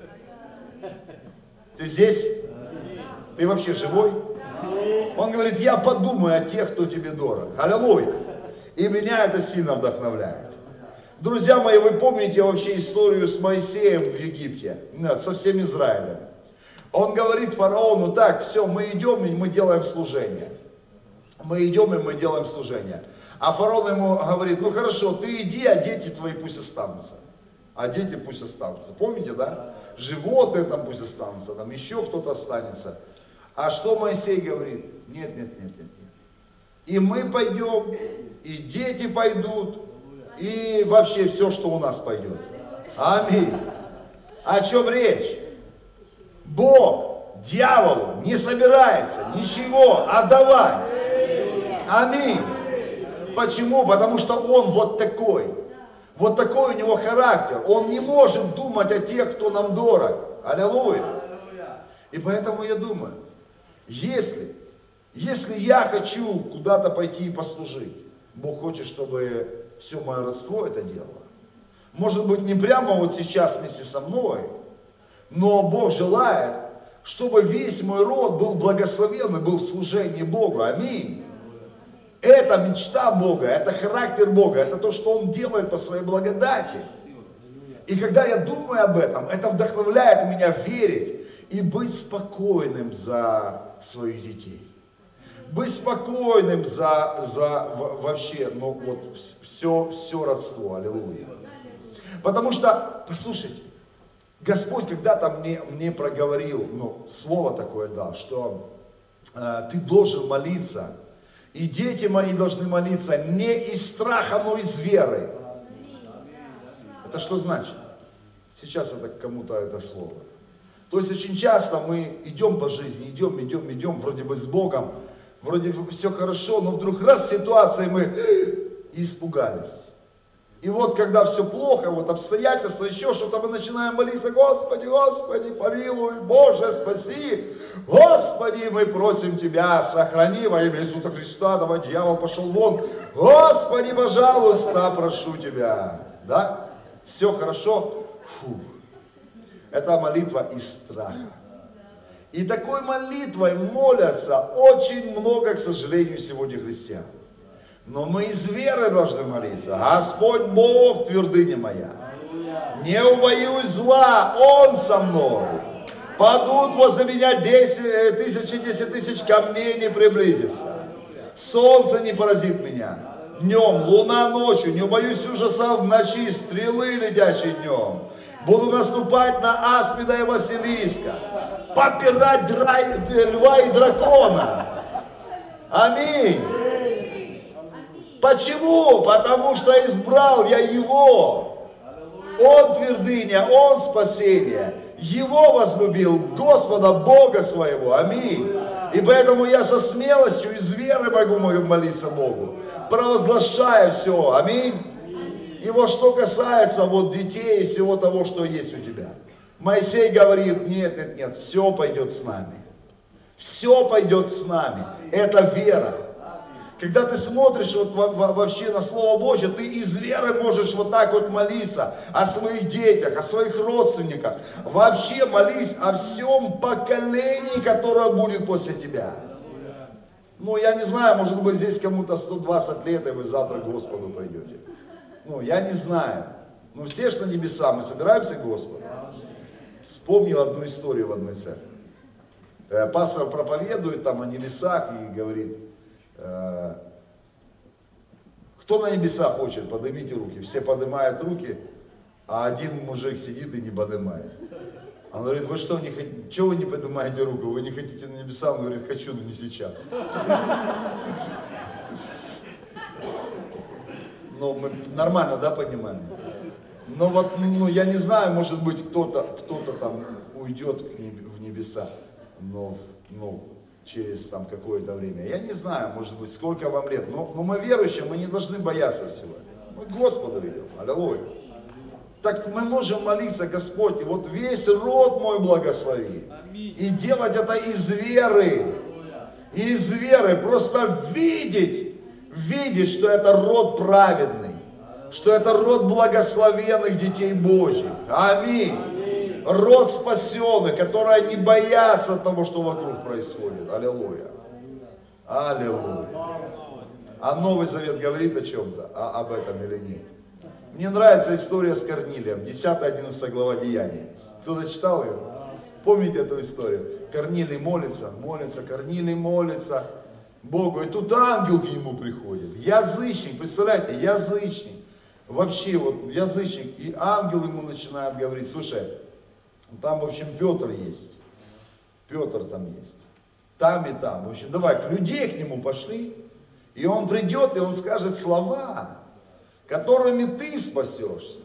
Ты здесь? Ты вообще живой? Он говорит, я подумаю о тех, кто тебе дорог. Аллилуйя. И меня это сильно вдохновляет. Друзья мои, вы помните вообще историю с Моисеем в Египте? Нет, со всем Израилем. Он говорит фараону, так, все, мы идем и мы делаем служение. Мы идем и мы делаем служение. А фараон ему говорит, ну хорошо, ты иди, а дети твои пусть останутся. А дети пусть останутся. Помните, да? Животные там пусть останутся, там еще кто-то останется. А что Моисей говорит? Нет, нет, нет, нет, нет. И мы пойдем, и дети пойдут, и вообще все, что у нас пойдет. Аминь. О чем речь? Бог дьяволу не собирается ничего отдавать. Аминь. Почему? Потому что он вот такой. Вот такой у него характер. Он не может думать о тех, кто нам дорог. Аллилуйя. И поэтому я думаю, если, если я хочу куда-то пойти и послужить, Бог хочет, чтобы все мое родство это делало. Может быть, не прямо вот сейчас вместе со мной, но Бог желает, чтобы весь мой род был благословенный, был в служении Богу. Аминь. Это мечта Бога, это характер Бога, это то, что Он делает по своей благодати. И когда я думаю об этом, это вдохновляет меня верить и быть спокойным за своих детей. Быть спокойным за, за вообще, ну вот все, все родство, аллилуйя. Потому что, послушайте, Господь когда-то мне, мне проговорил, ну, слово такое дал, что э, ты должен молиться И дети мои должны молиться не из страха, но из веры. Это что значит? Сейчас это кому-то это слово. То есть очень часто мы идем по жизни, идем, идем, идем, вроде бы с Богом, вроде бы все хорошо, но вдруг раз ситуация, и мы и испугались. И вот когда все плохо, вот обстоятельства, еще что-то, мы начинаем молиться: Господи, Господи, помилуй, Боже, спаси. Господи, мы просим Тебя, сохрани во имя Иисуса Христа, давай, дьявол пошел вон. Господи, пожалуйста, прошу Тебя. Да? Все хорошо? Фу. Это молитва из страха. И такой молитвой молятся очень много, к сожалению, сегодня христиан. Но мы из веры должны молиться. Господь Бог, твердыня моя. Не убоюсь зла, Он со мной. Падут возле меня десять, тысячи, десять тысяч камней, не приблизится. Солнце не поразит меня. Днем, луна ночью, не убоюсь ужаса в ночи, стрелы, летящие днем. Буду наступать на аспида и Василиска, попирать дра... льва и дракона. Аминь. Почему? Потому что избрал я Его. Он твердыня, Он спасение. Его возлюбил, Господа Бога своего. Аминь. И поэтому я со смелостью из веры могу молиться Богу, провозглашая все. Аминь. И вот что касается вот детей и всего того, что есть у тебя. Моисей говорит: нет, нет, нет, все пойдет с нами. Все пойдет с нами. Это вера. Когда ты смотришь вот вообще на Слово Божье, ты из веры можешь вот так вот молиться о своих детях, о своих родственниках. Вообще молись о всем поколении, которое будет после тебя. Ну, я не знаю, может быть, здесь кому-то сто двадцать лет, и вы завтра к Господу пойдете. Ну, я не знаю. Ну, все ж на небеса, мы собираемся к Господу. Вспомнил одну историю в одной церкви. Пастор проповедует там о небесах и говорит: кто на небеса хочет, поднимите руки. Все поднимают руки, а один мужик сидит и не поднимает. Он говорит: вы что, не хотите, чего вы не поднимаете руку? Вы не хотите на небеса? Он говорит: хочу, но не сейчас. Ну, мы нормально, да, понимаем? Но вот, ну, я не знаю, может быть, кто-то кто-то там уйдет в небеса, но, ну, через там какое-то время. Я не знаю, может быть, сколько вам лет. Но, но мы верующие, мы не должны бояться всего. Мы к Господу идем. Аллилуйя. Так мы можем молиться: Господь, вот весь род мой благослови. И делать это из веры. Из веры. Просто видеть. Видеть, что это род праведный, что это род благословенных детей Божьих. Аминь. Род спасенных, которые не боятся того, что вокруг происходит. Аллилуйя. Аллилуйя. А Новый Завет говорит о чем-то, а об этом или нет? Мне нравится история с Корнилием, десятая-одиннадцатая глава Деяний. Кто-то читал ее? Помните эту историю? Корнилий молится, молится, Корнилий молится Богу, и тут ангел к нему приходит, язычник, представляете, язычник, вообще вот язычник, и ангел ему начинает говорить: слушай, там в общем Петр есть, Петр там есть, там и там, в общем, давай, людей к нему пошли, и он придет, и он скажет слова, которыми ты спасешься,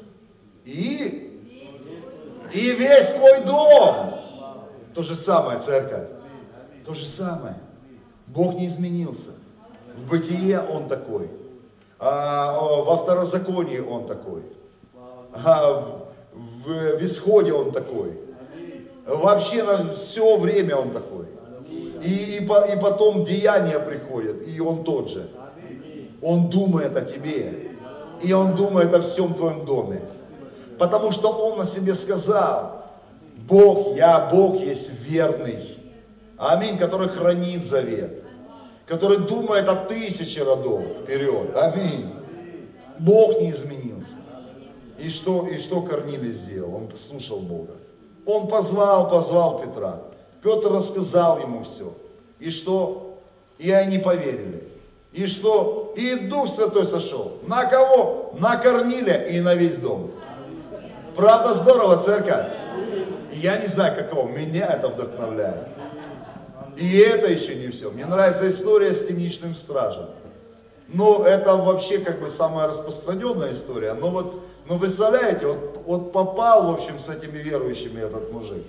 и, и весь твой дом. То же самое, церковь, то же самое. Бог не изменился. В Бытие Он такой. А во Второзаконии Он такой. А в, в Исходе Он такой. Вообще на все время Он такой. И, и, и потом деяния приходят, и Он тот же. Он думает о тебе. И Он думает о всем твоем доме. Потому что Он о себе сказал: Бог, я Бог есть верный. Аминь, который хранит завет, который думает о тысяче родов вперед. Аминь. Бог не изменился. И что, и что Корнилий сделал? Он послушал Бога. Он позвал, позвал Петра. Петр рассказал ему все. И что? И они поверили. И что? И Дух Святой сошел. На кого? На Корнилия и на весь дом. Правда здорово, церковь? Я не знаю, какого. Меня это вдохновляет. И это еще не все. Мне нравится история с темничным стражем. Но это вообще как бы самая распространенная история. Но вот, ну представляете, вот, вот попал, в общем, с этими верующими этот мужик.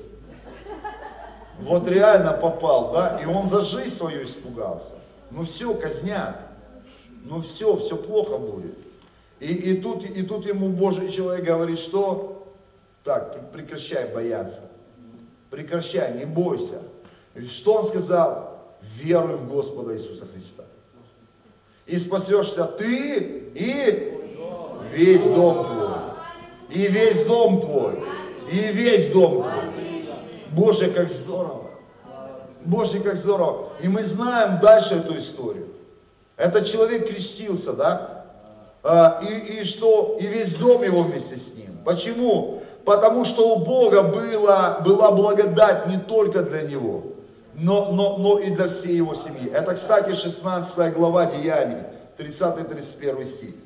Вот реально попал, да, и он за жизнь свою испугался. Ну все, казнят. Ну все, все плохо будет. И, и, тут, и тут ему Божий человек говорит, что? Так, прекращай бояться. Прекращай, не бойся. И что он сказал? Веруй в Господа Иисуса Христа. И спасешься ты и весь дом твой. И весь дом твой. И весь дом твой. Боже, как здорово. Боже, как здорово. И мы знаем дальше эту историю. Этот человек крестился, да? И, и что? И весь дом его вместе с ним. Почему? Потому что у Бога была, была благодать не только для него, но, но, но и для всей его семьи. Это, кстати, шестнадцатая глава Деяний, тридцатый-тридцать первый стих.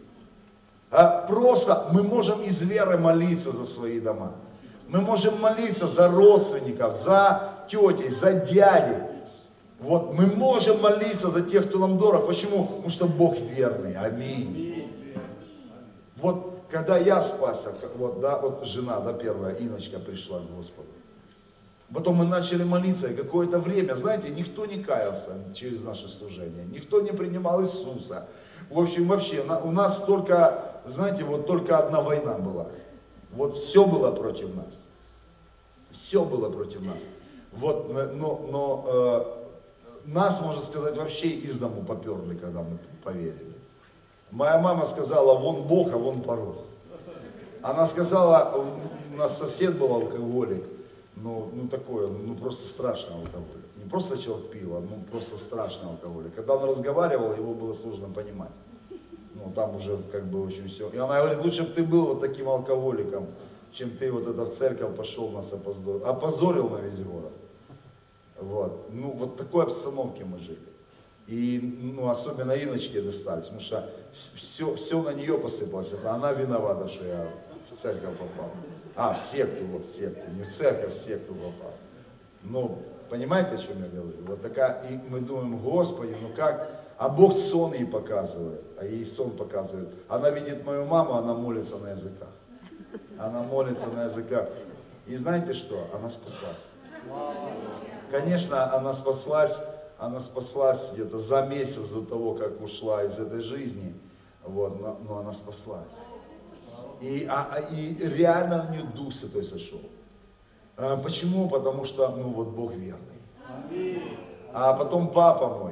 Просто мы можем из веры молиться за свои дома. Мы можем молиться за родственников, за тетей, за дядей. Вот, мы можем молиться за тех, кто нам дорог. Почему? Потому что Бог верный. Аминь. Вот, когда я спасся, вот, да, вот жена, да, первая, Иночка пришла к Господу. Потом мы начали молиться, и какое-то время, знаете, никто не каялся через наше служение. Никто не принимал Иисуса. В общем, вообще, у нас только, знаете, вот только одна война была. Вот все было против нас. Все было против нас. Вот, но, но э, нас, можно сказать, вообще из дому поперли, когда мы поверили. Моя мама сказала, вон Бог, а вон порог. Она сказала, у нас сосед был алкоголик, ну, ну такой, ну просто страшный алкоголик. Не просто человек пил, а ну просто страшный алкоголик. Когда он разговаривал, его было сложно понимать. Ну там уже как бы очень все. И она говорит, лучше бы ты был вот таким алкоголиком, чем ты вот это в церковь пошел, нас опозорил. Опозорил на весь город. Вот. Ну вот в такой обстановке мы жили. И ну, особенно Иночке достались, потому что все, все на нее посыпалось. Это она виновата, что я в церковь попал. А, в секту, вот в секту. Не в церковь, в секту попал. Ну, понимаете, о чем я говорю? Вот такая, и мы думаем, Господи, ну как? А Бог сон ей показывает, а ей сон показывает. Она видит мою маму, она молится на языках. Она молится на языках. И знаете что? Она спаслась. Конечно, она спаслась. Она спаслась где-то за месяц до того, как ушла из этой жизни, вот, но, но она спаслась. И, а, и реально на нее Дух Святой сошел. А, почему? Потому что, ну вот Бог верный. А потом папа мой,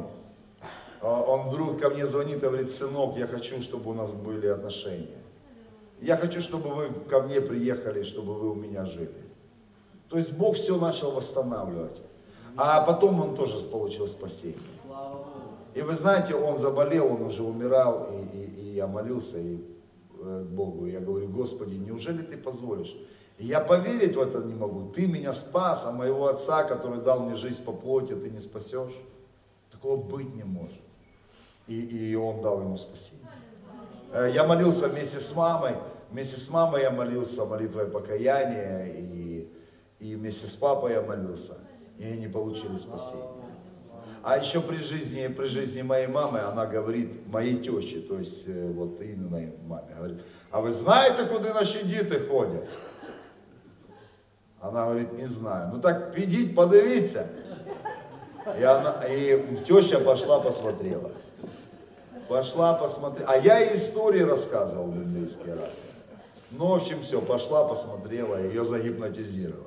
он вдруг ко мне звонит и говорит, сынок, я хочу, чтобы у нас были отношения. Я хочу, чтобы вы ко мне приехали, чтобы вы у меня жили. То есть Бог все начал восстанавливать. А потом он тоже получил спасение. И вы знаете, он заболел, он уже умирал, и, и, и я молился и, э, Богу, я говорю, Господи, неужели ты позволишь? И я поверить в это не могу. Ты меня спас, а моего отца, который дал мне жизнь по плоти, ты не спасешь? Такого быть не может. И, и он дал ему спасение. Э, я молился вместе с мамой, вместе с мамой я молился молитвой покаяния, и, и вместе с папой я молился. И они получили спасение. А еще при жизни, при жизни моей мамы, она говорит, моей теще, то есть вот Инной маме, говорит, а вы знаете, куда наши дети ходят? Она говорит, не знаю. Ну так підіть, подивіться. И, она, и теща пошла посмотрела. Пошла посмотрела. А я ей истории рассказывал библейские раз. Ну, в общем, все, пошла, посмотрела, ее загипнотизировали.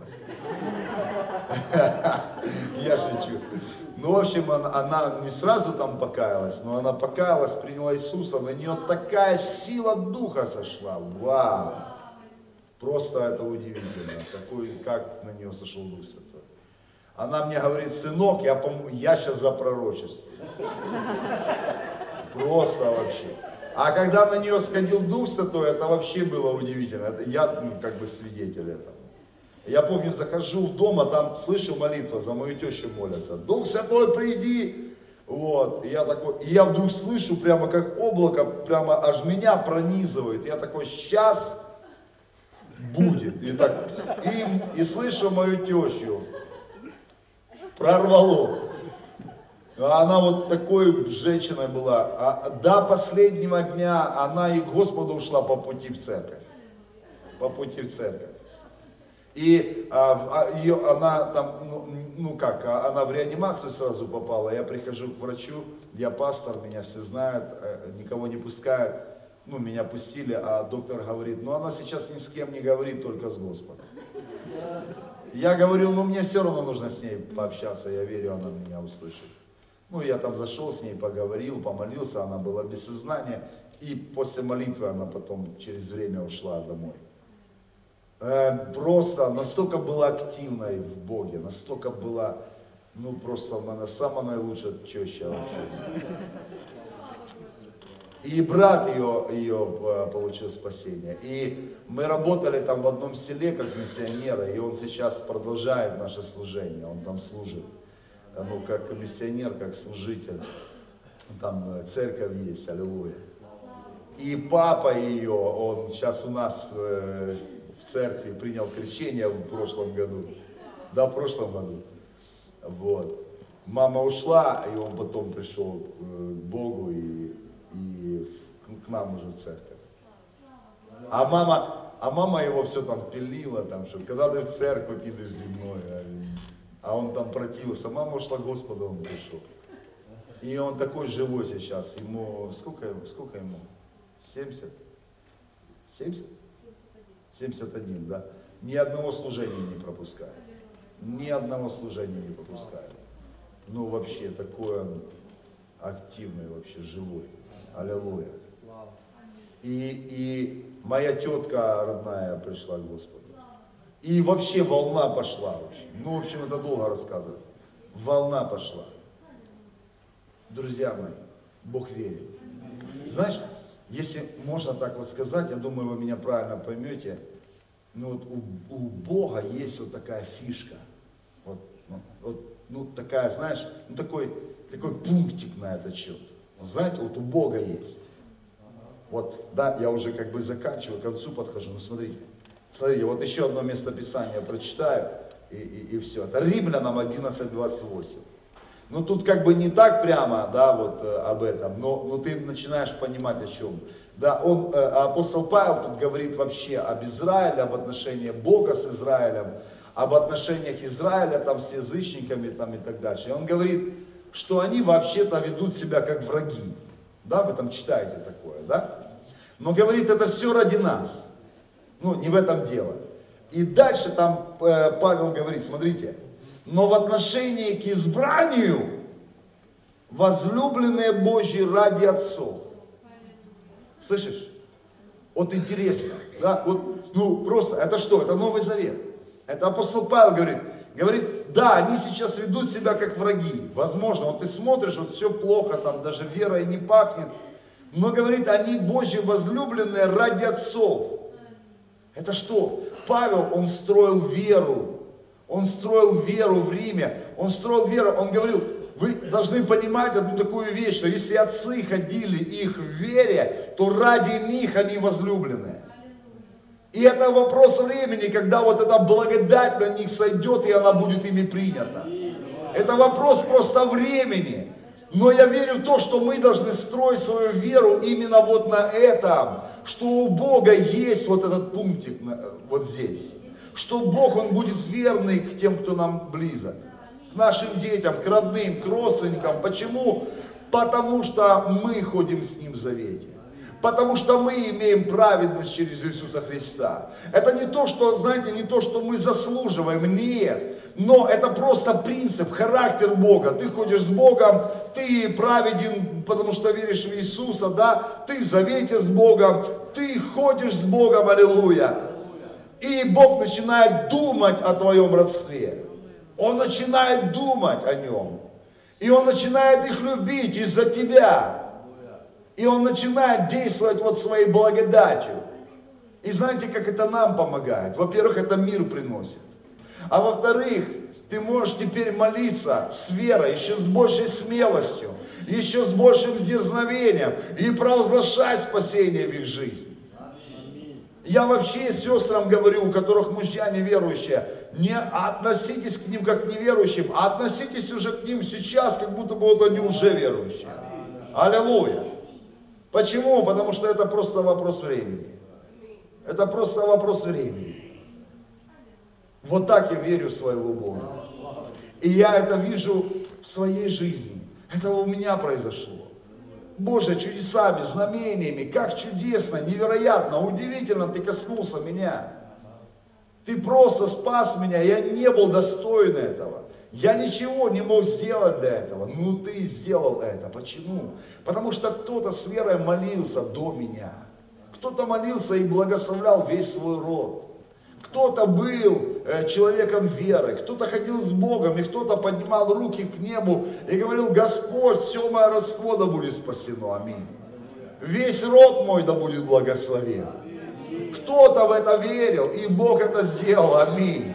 Я шучу. Ну, в общем, она, она не сразу там покаялась, но она покаялась, приняла Иисуса, на нее такая сила Духа сошла. Вау! Просто это удивительно, какой, как на нее сошел Дух Святой. Она мне говорит, сынок, я, я сейчас запророчествую. Просто вообще. А когда на нее сходил Дух Святой, это вообще было удивительно. Это, я ну, как бы свидетель этого. Я помню, захожу в дом, а там слышу молитву, за мою тещу молятся. Дух Святой, приди! Вот. И я такой, и я вдруг слышу, прямо как облако, прямо аж меня пронизывает. Я такой, сейчас будет. И, так, и, и слышу мою тещу. Прорвало. Она вот такой женщиной была. А до последнего дня она и к Господу ушла по пути в церковь. По пути в церковь. И а, ее, она там, ну, ну как, она в реанимацию сразу попала. Я прихожу к врачу, я пастор, меня все знают, никого не пускают. Ну, меня пустили, а доктор говорит, ну она сейчас ни с кем не говорит, только с Господом. Я говорю, ну мне все равно нужно с ней пообщаться, я верю, она меня услышит. Ну, я там зашел с ней, поговорил, помолился, она была без сознания. И после молитвы она потом через время ушла домой. Просто настолько была активной в Боге, настолько была, ну просто она самая наилучшая теща вообще. И брат ее, ее получил спасение. И мы работали там в одном селе как миссионеры, и он сейчас продолжает наше служение, он там служит. Ну, как миссионер, как служитель. Там церковь есть, аллилуйя. И папа ее, он сейчас у нас в церкви принял крещение в прошлом году. Да, в прошлом году. Вот. Мама ушла, и он потом пришел к Богу и, и к нам уже в церковь. А мама, а мама его все там пилила, там, что когда ты в церковь идешь земной, а он там противился. Мама ушла к Господу, он пришел. И он такой живой сейчас. Ему, сколько, сколько ему? семьдесят? семьдесят? семьдесят один, да? Ни одного служения не пропускает. Ни одного служения не пропускает. Ну, вообще, такой он активный, вообще, живой. Аллилуйя. И, и моя тетка родная пришла к Господу. И вообще волна пошла. Вообще. Ну, в общем, это долго рассказывать. Волна пошла. Друзья мои, Бог верит. Знаешь, если можно так вот сказать, я думаю, вы меня правильно поймете, ну вот у, у Бога есть вот такая фишка. Вот, ну, вот, ну такая, знаешь, ну такой, такой пунктик на этот счет. Вот, знаете, вот у Бога есть. Вот, да, я уже как бы заканчиваю, к концу подхожу, ну смотрите. Смотрите, вот еще одно местописание прочитаю, и, и, и все. Это Римлянам одиннадцать двадцать восемь. Ну тут как бы не так прямо, да, вот э, об этом, но, но ты начинаешь понимать о чем. Да, он, э, апостол Павел тут говорит вообще об Израиле, об отношении Бога с Израилем, об отношениях Израиля там с язычниками там и так дальше. И он говорит, что они вообще-то ведут себя как враги. Да, вы там читаете такое, да? Но говорит, это все ради нас. Ну, не в этом дело. И дальше там э, Павел говорит, смотрите, но в отношении к избранию возлюбленные Божьи ради отцов. Слышишь? Вот интересно, да? Вот, ну, просто, это что? Это Новый Завет. Это апостол Павел говорит, говорит, да, они сейчас ведут себя как враги. Возможно, вот ты смотришь, вот все плохо, там даже верой не пахнет. Но, говорит, они Божьи возлюбленные ради отцов. Это что? Павел, он строил веру. Он строил веру в Риме. Он строил веру. Он говорил, вы должны понимать одну такую вещь, что если отцы ходили их в вере, то ради них они возлюбленные. И это вопрос времени, когда вот эта благодать на них сойдет, и она будет ими принята. Это вопрос просто времени. Но я верю в то, что мы должны строить свою веру именно вот на этом, что у Бога есть вот этот пунктик вот здесь. Что Бог, Он будет верный к тем, кто нам близок. К нашим детям, к родным, к родственникам. Почему? Потому что мы ходим с Ним в завете. Потому что мы имеем праведность через Иисуса Христа. Это не то, что, знаете, не то, что мы заслуживаем, нет. Но это просто принцип, характер Бога. Ты ходишь с Богом, ты праведен, потому что веришь в Иисуса, да? Ты в завете с Богом, ты ходишь с Богом, аллилуйя. И Бог начинает думать о твоем родстве. Он начинает думать о нем. И Он начинает их любить из-за тебя. И Он начинает действовать вот своей благодатью. И знаете, как это нам помогает? Во-первых, это мир приносит. А во-вторых, ты можешь теперь молиться с верой, еще с большей смелостью, еще с большим дерзновением и провозглашать спасение в их жизни. Я вообще сестрам говорю, у которых мужья неверующие, не относитесь к ним как к неверующим, а относитесь уже к ним сейчас, как будто бы вот они уже верующие. Аллилуйя. Почему? Потому что это просто вопрос времени. Это просто вопрос времени. Вот так я верю в своего Бога. И я это вижу в своей жизни. Это у меня произошло. Боже, чудесами, знамениями, как чудесно, невероятно, удивительно ты коснулся меня. Ты просто спас меня, я не был достоин этого. Я ничего не мог сделать для этого, но ты сделал это. Почему? Потому что кто-то с верой молился до меня. Кто-то молился и благословлял весь свой род. Кто-то был э, человеком веры, кто-то ходил с Богом, и кто-то поднимал руки к небу и говорил: Господь, все мое родство да будет спасено, аминь. Весь род мой да будет благословен. Кто-то в это верил, и Бог это сделал, аминь.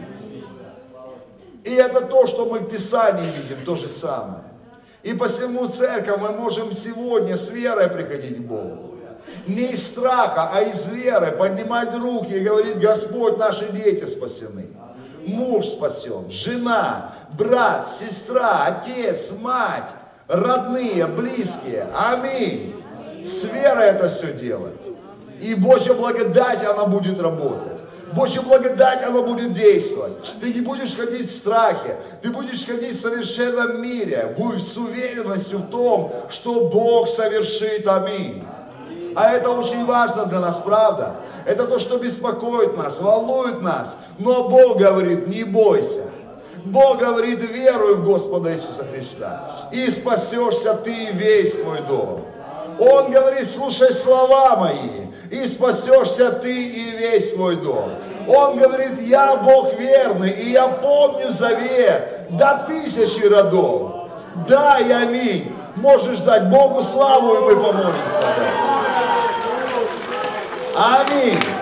И это то, что мы в Писании видим, то же самое. И посему, церковь, мы можем сегодня с верой приходить к Богу. Не из страха, а из веры поднимать руки и говорить: Господь, наши дети спасены. Муж спасен, жена, брат, сестра, отец, мать, родные, близкие. Аминь. С верой это все делать. И Божья благодать, она будет работать. Божья благодать, она будет действовать. Ты не будешь ходить в страхе, ты будешь ходить в совершенном мире, с уверенностью в том, что Бог совершит. Аминь. А это очень важно для нас, правда? Это то, что беспокоит нас, волнует нас. Но Бог говорит: не бойся. Бог говорит: веруй в Господа Иисуса Христа, и спасешься ты и весь твой дом. Он говорит: слушай слова мои, и спасешься ты и весь твой дом. Он говорит: я Бог верный, и я помню завет до тысячи родов. Да и аминь. Можешь дать Богу славу, и мы помолимся. Аминь.